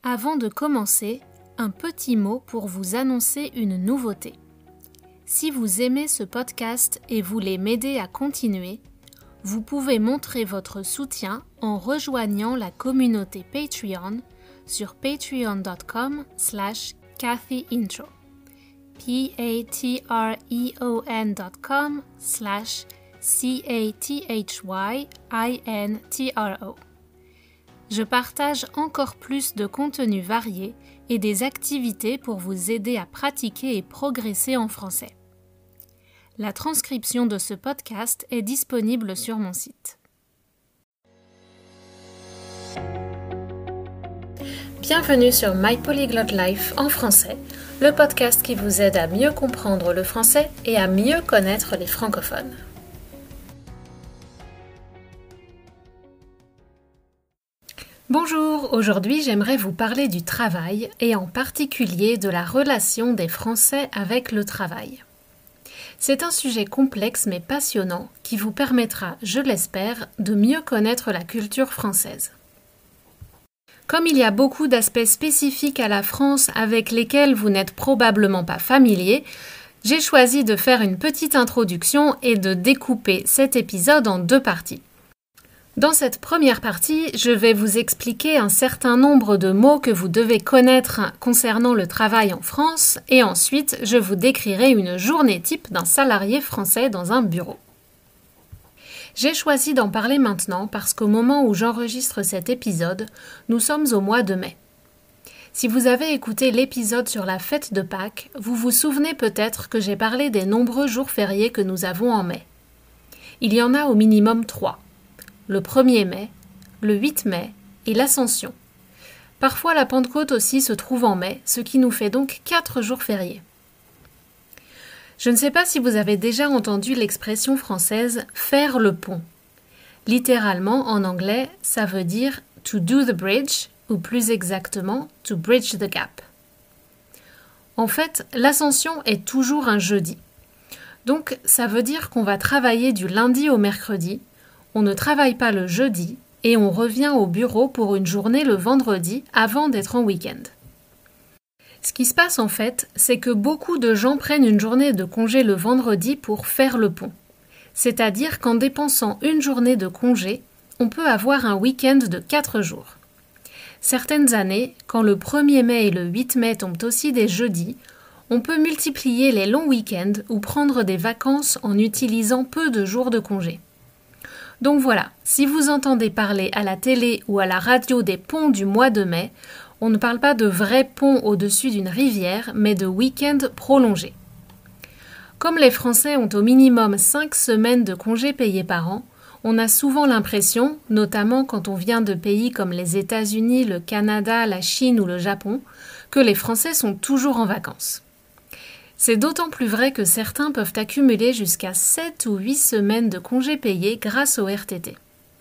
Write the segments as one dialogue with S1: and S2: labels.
S1: Avant de commencer, un petit mot pour vous annoncer une nouveauté. Si vous aimez ce podcast et voulez m'aider à continuer, vous pouvez montrer votre soutien en rejoignant la communauté Patreon sur patreon.com/KathyIntro. patreon.com/CathyIntro. Je partage encore plus de contenus variés et des activités pour vous aider à pratiquer et progresser en français. La transcription de ce podcast est disponible sur mon site. Bienvenue sur My Polyglot Life en français, le podcast qui vous aide à mieux comprendre le français et à mieux connaître les francophones. Bonjour, aujourd'hui j'aimerais vous parler du travail et en particulier de la relation des Français avec le travail. C'est un sujet complexe mais passionnant qui vous permettra, je l'espère, de mieux connaître la culture française. Comme il y a beaucoup d'aspects spécifiques à la France avec lesquels vous n'êtes probablement pas familier, j'ai choisi de faire une petite introduction et de découper cet épisode en deux parties. Dans cette première partie, je vais vous expliquer un certain nombre de mots que vous devez connaître concernant le travail en France et ensuite je vous décrirai une journée type d'un salarié français dans un bureau. J'ai choisi d'en parler maintenant parce qu'au moment où j'enregistre cet épisode, nous sommes au mois de mai. Si vous avez écouté l'épisode sur la fête de Pâques, vous vous souvenez peut-être que j'ai parlé des nombreux jours fériés que nous avons en mai. Il y en a au minimum 3. Le 1er mai, le 8 mai et l'Ascension. Parfois la Pentecôte aussi se trouve en mai, ce qui nous fait donc 4 jours fériés. Je ne sais pas si vous avez déjà entendu l'expression française « faire le pont ». Littéralement, en anglais, ça veut dire « to do the bridge » ou plus exactement « to bridge the gap ». En fait, l'Ascension est toujours un jeudi. Donc, ça veut dire qu'on va travailler du lundi au mercredi. On ne travaille pas le jeudi et on revient au bureau pour une journée le vendredi avant d'être en week-end. Ce qui se passe en fait, c'est que beaucoup de gens prennent une journée de congé le vendredi pour faire le pont. C'est-à-dire qu'en dépensant une journée de congé, on peut avoir un week-end de 4 jours. Certaines années, quand le 1er mai et le 8 mai tombent aussi des jeudis, on peut multiplier les longs week-ends ou prendre des vacances en utilisant peu de jours de congé. Donc voilà, si vous entendez parler à la télé ou à la radio des ponts du mois de mai, on ne parle pas de vrais ponts au-dessus d'une rivière, mais de week-end prolongés. Comme les Français ont au minimum 5 semaines de congés payés par an, on a souvent l'impression, notamment quand on vient de pays comme les États-Unis, le Canada, la Chine ou le Japon, que les Français sont toujours en vacances. C'est d'autant plus vrai que certains peuvent accumuler jusqu'à 7 ou 8 semaines de congés payés grâce au RTT.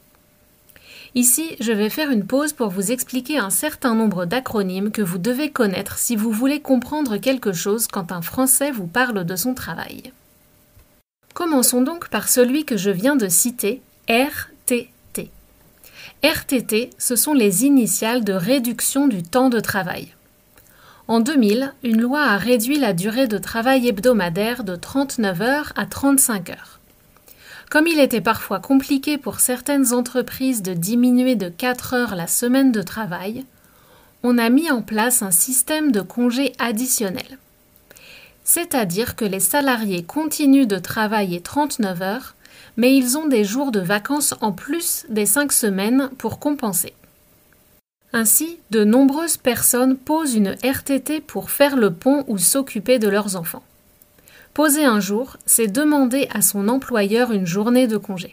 S1: Ici, je vais faire une pause pour vous expliquer un certain nombre d'acronymes que vous devez connaître si vous voulez comprendre quelque chose quand un Français vous parle de son travail. Commençons donc par celui que je viens de citer, RTT. RTT, ce sont les initiales de réduction du temps de travail. En 2000, une loi a réduit la durée de travail hebdomadaire de 39 heures à 35 heures. Comme il était parfois compliqué pour certaines entreprises de diminuer de 4 heures la semaine de travail, on a mis en place un système de congés additionnels. C'est-à-dire que les salariés continuent de travailler 39 heures, mais ils ont des jours de vacances en plus des 5 semaines pour compenser. Ainsi, de nombreuses personnes posent une RTT pour faire le pont ou s'occuper de leurs enfants. Poser un jour, c'est demander à son employeur une journée de congé.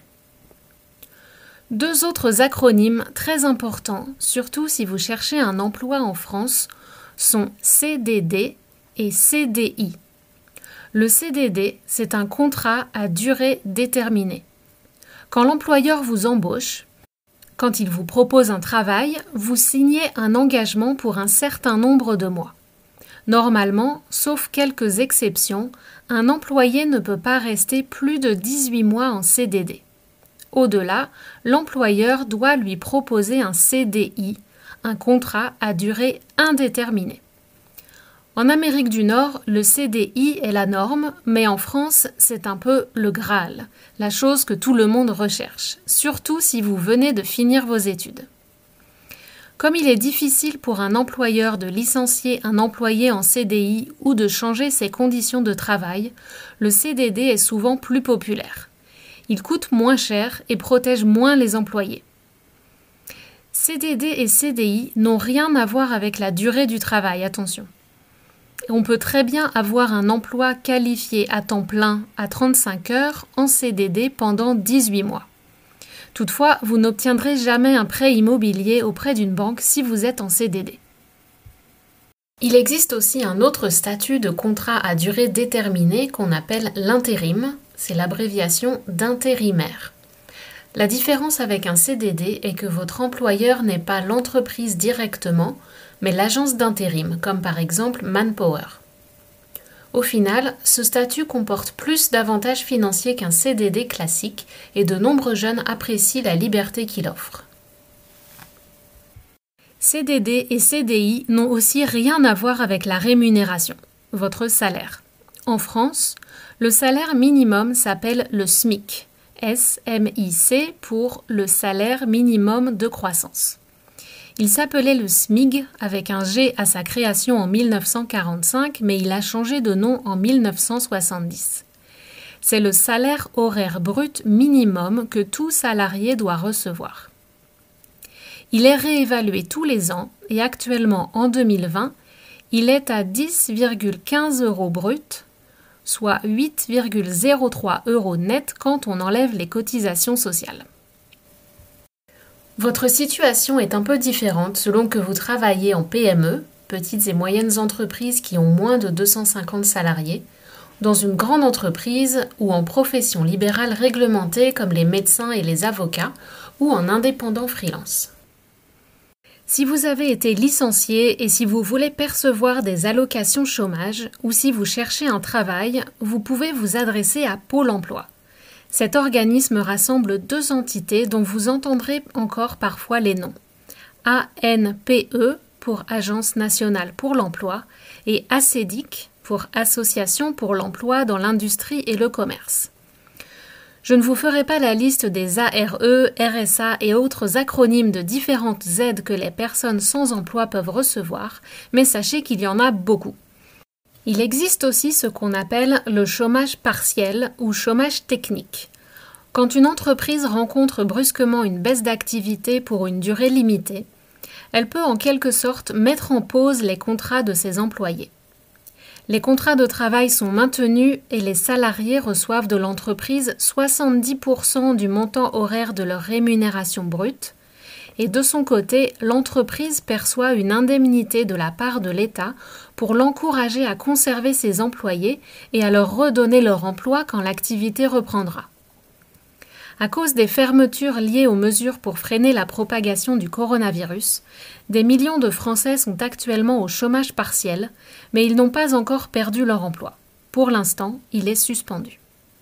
S1: 2 autres acronymes très importants, surtout si vous cherchez un emploi en France, sont CDD et CDI. Le CDD, c'est un contrat à durée déterminée. Quand l'employeur vous embauche, quand il vous propose un travail, vous signez un engagement pour un certain nombre de mois. Normalement, sauf quelques exceptions, un employé ne peut pas rester plus de 18 mois en CDD. Au-delà, l'employeur doit lui proposer un CDI, un contrat à durée indéterminée. En Amérique du Nord, le CDI est la norme, mais en France, c'est un peu le Graal, la chose que tout le monde recherche, surtout si vous venez de finir vos études. Comme il est difficile pour un employeur de licencier un employé en CDI ou de changer ses conditions de travail, le CDD est souvent plus populaire. Il coûte moins cher et protège moins les employés. CDD et CDI n'ont rien à voir avec la durée du travail, attention. On peut très bien avoir un emploi qualifié à temps plein à 35 heures en CDD pendant 18 mois. Toutefois, vous n'obtiendrez jamais un prêt immobilier auprès d'une banque si vous êtes en CDD. Il existe aussi un autre statut de contrat à durée déterminée qu'on appelle l'intérim, c'est l'abréviation d'intérimaire. La différence avec un CDD est que votre employeur n'est pas l'entreprise directement, mais l'agence d'intérim, comme par exemple Manpower. Au final, ce statut comporte plus d'avantages financiers qu'un CDD classique et de nombreux jeunes apprécient la liberté qu'il offre. CDD et CDI n'ont aussi rien à voir avec la rémunération, votre salaire. En France, le salaire minimum s'appelle le SMIC, S-M-I-C pour le salaire minimum de croissance. Il s'appelait le SMIG avec un G à sa création en 1945, mais il a changé de nom en 1970. C'est le salaire horaire brut minimum que tout salarié doit recevoir. Il est réévalué tous les ans et actuellement en 2020, il est à 10,15 € brut, soit 8,03 € net quand on enlève les cotisations sociales. Votre situation est un peu différente selon que vous travaillez en PME, petites et moyennes entreprises qui ont moins de 250 salariés, dans une grande entreprise ou en profession libérale réglementée comme les médecins et les avocats ou en indépendant freelance. Si vous avez été licencié et si vous voulez percevoir des allocations chômage ou si vous cherchez un travail, vous pouvez vous adresser à Pôle emploi. Cet organisme rassemble deux entités dont vous entendrez encore parfois les noms. ANPE pour Agence nationale pour l'emploi et ACEDIC pour Association pour l'emploi dans l'industrie et le commerce. Je ne vous ferai pas la liste des ARE, RSA et autres acronymes de différentes aides que les personnes sans emploi peuvent recevoir, mais sachez qu'il y en a beaucoup. Il existe aussi ce qu'on appelle le chômage partiel ou chômage technique. Quand une entreprise rencontre brusquement une baisse d'activité pour une durée limitée, elle peut en quelque sorte mettre en pause les contrats de ses employés. Les contrats de travail sont maintenus et les salariés reçoivent de l'entreprise 70% du montant horaire de leur rémunération brute, et de son côté, l'entreprise perçoit une indemnité de la part de l'État pour l'encourager à conserver ses employés et à leur redonner leur emploi quand l'activité reprendra. À cause des fermetures liées aux mesures pour freiner la propagation du coronavirus, des millions de Français sont actuellement au chômage partiel, mais ils n'ont pas encore perdu leur emploi. Pour l'instant, il est suspendu.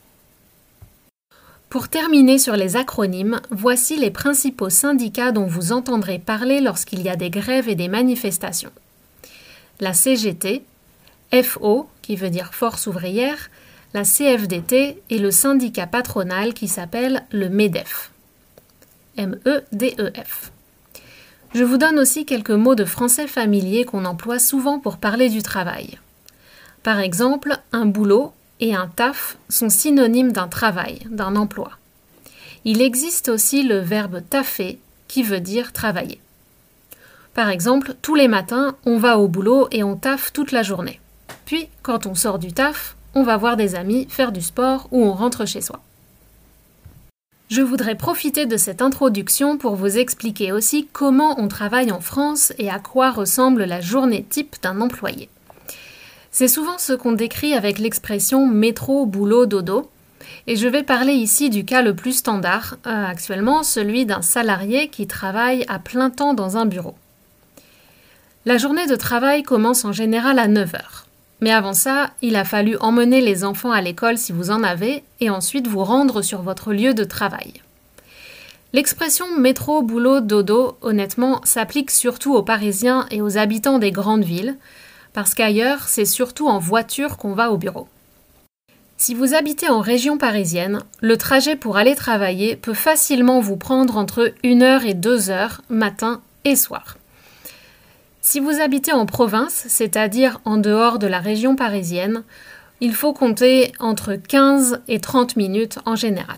S1: Pour terminer sur les acronymes, voici les principaux syndicats dont vous entendrez parler lorsqu'il y a des grèves et des manifestations. La CGT, FO, qui veut dire Force ouvrière, la CFDT et le syndicat patronal qui s'appelle le MEDEF. M-E-D-E-F. Je vous donne aussi quelques mots de français familier qu'on emploie souvent pour parler du travail. Par exemple, un boulot et un taf sont synonymes d'un travail, d'un emploi. Il existe aussi le verbe taffer qui veut dire travailler. Par exemple, tous les matins, on va au boulot et on taffe toute la journée. Puis, quand on sort du taf, on va voir des amis, faire du sport ou on rentre chez soi. Je voudrais profiter de cette introduction pour vous expliquer aussi comment on travaille en France et à quoi ressemble la journée type d'un employé. C'est souvent ce qu'on décrit avec l'expression métro, boulot, dodo, et je vais parler ici du cas le plus standard, actuellement celui d'un salarié qui travaille à plein temps dans un bureau. La journée de travail commence en général à 9 heures. Mais avant ça, il a fallu emmener les enfants à l'école si vous en avez, et ensuite vous rendre sur votre lieu de travail. L'expression métro, boulot, dodo, honnêtement, s'applique surtout aux Parisiens et aux habitants des grandes villes, parce qu'ailleurs, c'est surtout en voiture qu'on va au bureau. Si vous habitez en région parisienne, le trajet pour aller travailler peut facilement vous prendre entre 1 heure et 2 heures, matin et soir. Si vous habitez en province, c'est-à-dire en dehors de la région parisienne, il faut compter entre 15 et 30 minutes en général.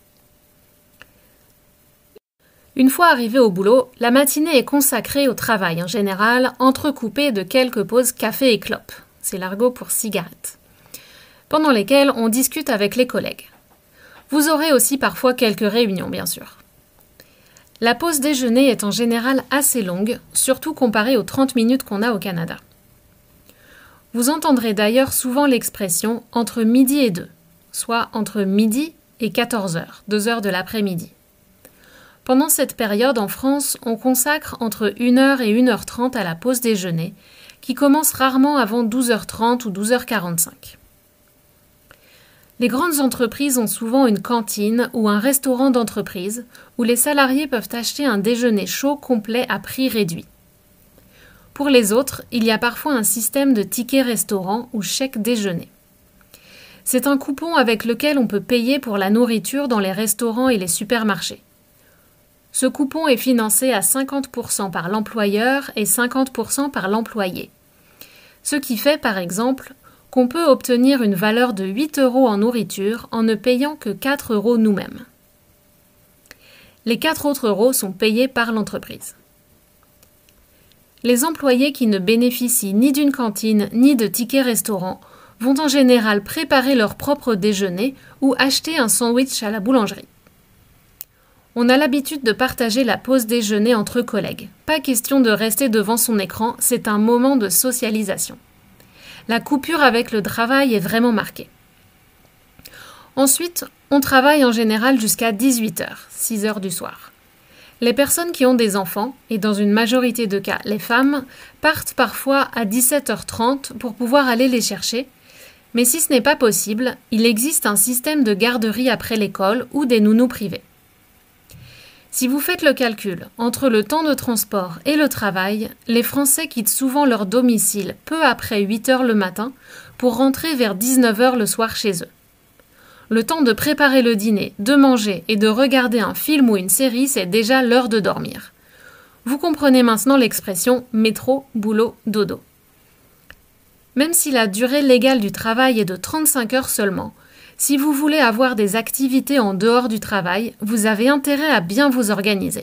S1: Une fois arrivé au boulot, la matinée est consacrée au travail en général, entrecoupée de quelques pauses café et clope. C'est l'argot pour cigarette. Pendant lesquelles on discute avec les collègues. Vous aurez aussi parfois quelques réunions, bien sûr. La pause déjeuner est en général assez longue, surtout comparée aux 30 minutes qu'on a au Canada. Vous entendrez d'ailleurs souvent l'expression « entre midi et 2 », soit entre midi et 14 heures, 2 heures de l'après-midi. Pendant cette période, en France, on consacre entre 1 heure et 1 heure 30 à la pause déjeuner, qui commence rarement avant 12h30 ou 12h45. Les grandes entreprises ont souvent une cantine ou un restaurant d'entreprise où les salariés peuvent acheter un déjeuner chaud complet à prix réduit. Pour les autres, il y a parfois un système de tickets restaurant ou chèque déjeuner. C'est un coupon avec lequel on peut payer pour la nourriture dans les restaurants et les supermarchés. Ce coupon est financé à 50% par l'employeur et 50% par l'employé. Ce qui fait, par exemple, qu'on peut obtenir une valeur de 8 € en nourriture en ne payant que 4 € nous-mêmes. Les 4 autres euros sont payés par l'entreprise. Les employés qui ne bénéficient ni d'une cantine ni de tickets restaurant vont en général préparer leur propre déjeuner ou acheter un sandwich à la boulangerie. On a l'habitude de partager la pause déjeuner entre collègues. Pas question de rester devant son écran, c'est un moment de socialisation. La coupure avec le travail est vraiment marquée. Ensuite, on travaille en général jusqu'à 18h, 6 heures du soir. Les personnes qui ont des enfants, et dans une majorité de cas les femmes, partent parfois à 17h30 pour pouvoir aller les chercher, mais si ce n'est pas possible, il existe un système de garderie après l'école ou des nounous privés. Si vous faites le calcul entre le temps de transport et le travail, les Français quittent souvent leur domicile peu après 8 heures le matin pour rentrer vers 19 heures le soir chez eux. Le temps de préparer le dîner, de manger et de regarder un film ou une série, c'est déjà l'heure de dormir. Vous comprenez maintenant l'expression métro, boulot, dodo. Même si la durée légale du travail est de 35 heures seulement, si vous voulez avoir des activités en dehors du travail, vous avez intérêt à bien vous organiser.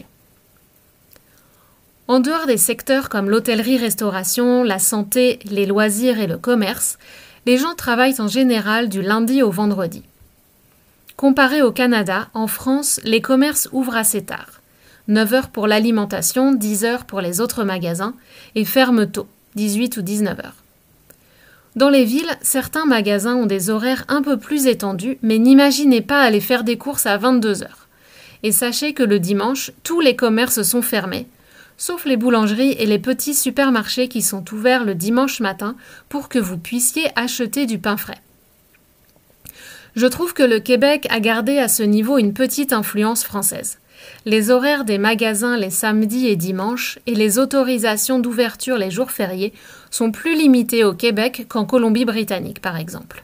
S1: En dehors des secteurs comme l'hôtellerie-restauration, la santé, les loisirs et le commerce, les gens travaillent en général du lundi au vendredi. Comparé au Canada, en France, les commerces ouvrent assez tard. 9 heures pour l'alimentation, 10 heures pour les autres magasins, et ferment tôt, 18 ou 19 heures. Dans les villes, certains magasins ont des horaires un peu plus étendus, mais n'imaginez pas aller faire des courses à 22 heures. Et sachez que le dimanche, tous les commerces sont fermés, sauf les boulangeries et les petits supermarchés qui sont ouverts le dimanche matin pour que vous puissiez acheter du pain frais. Je trouve que le Québec a gardé à ce niveau une petite influence française. Les horaires des magasins les samedis et dimanches et les autorisations d'ouverture les jours fériés sont plus limitées au Québec qu'en Colombie-Britannique, par exemple.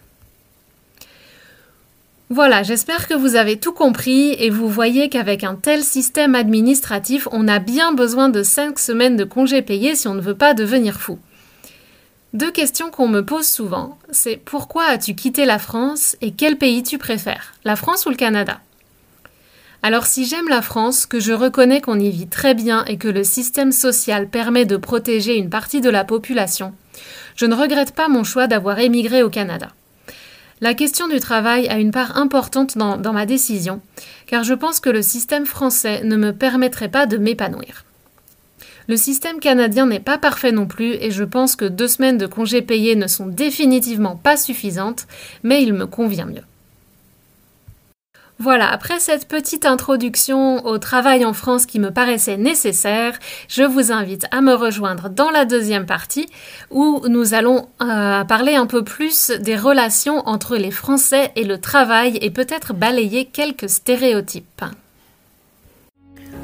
S1: Voilà, j'espère que vous avez tout compris et vous voyez qu'avec un tel système administratif, on a bien besoin de 5 semaines de congés payés si on ne veut pas devenir fou. 2 questions qu'on me pose souvent, c'est pourquoi as-tu quitté la France et quel pays tu préfères, la France ou le Canada ? Alors si j'aime la France, que je reconnais qu'on y vit très bien et que le système social permet de protéger une partie de la population, je ne regrette pas mon choix d'avoir émigré au Canada. La question du travail a une part importante dans ma décision, car je pense que le système français ne me permettrait pas de m'épanouir. Le système canadien n'est pas parfait non plus et je pense que 2 semaines de congés payés ne sont définitivement pas suffisantes, mais il me convient mieux. Voilà, après cette petite introduction au travail en France qui me paraissait nécessaire, je vous invite à me rejoindre dans la deuxième partie où nous allons parler un peu plus des relations entre les Français et le travail et peut-être balayer quelques stéréotypes.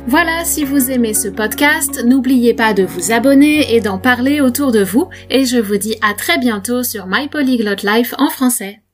S1: Voilà, si vous aimez ce podcast, n'oubliez pas de vous abonner et d'en parler autour de vous, et je vous dis à très bientôt sur My Polyglot Life en français.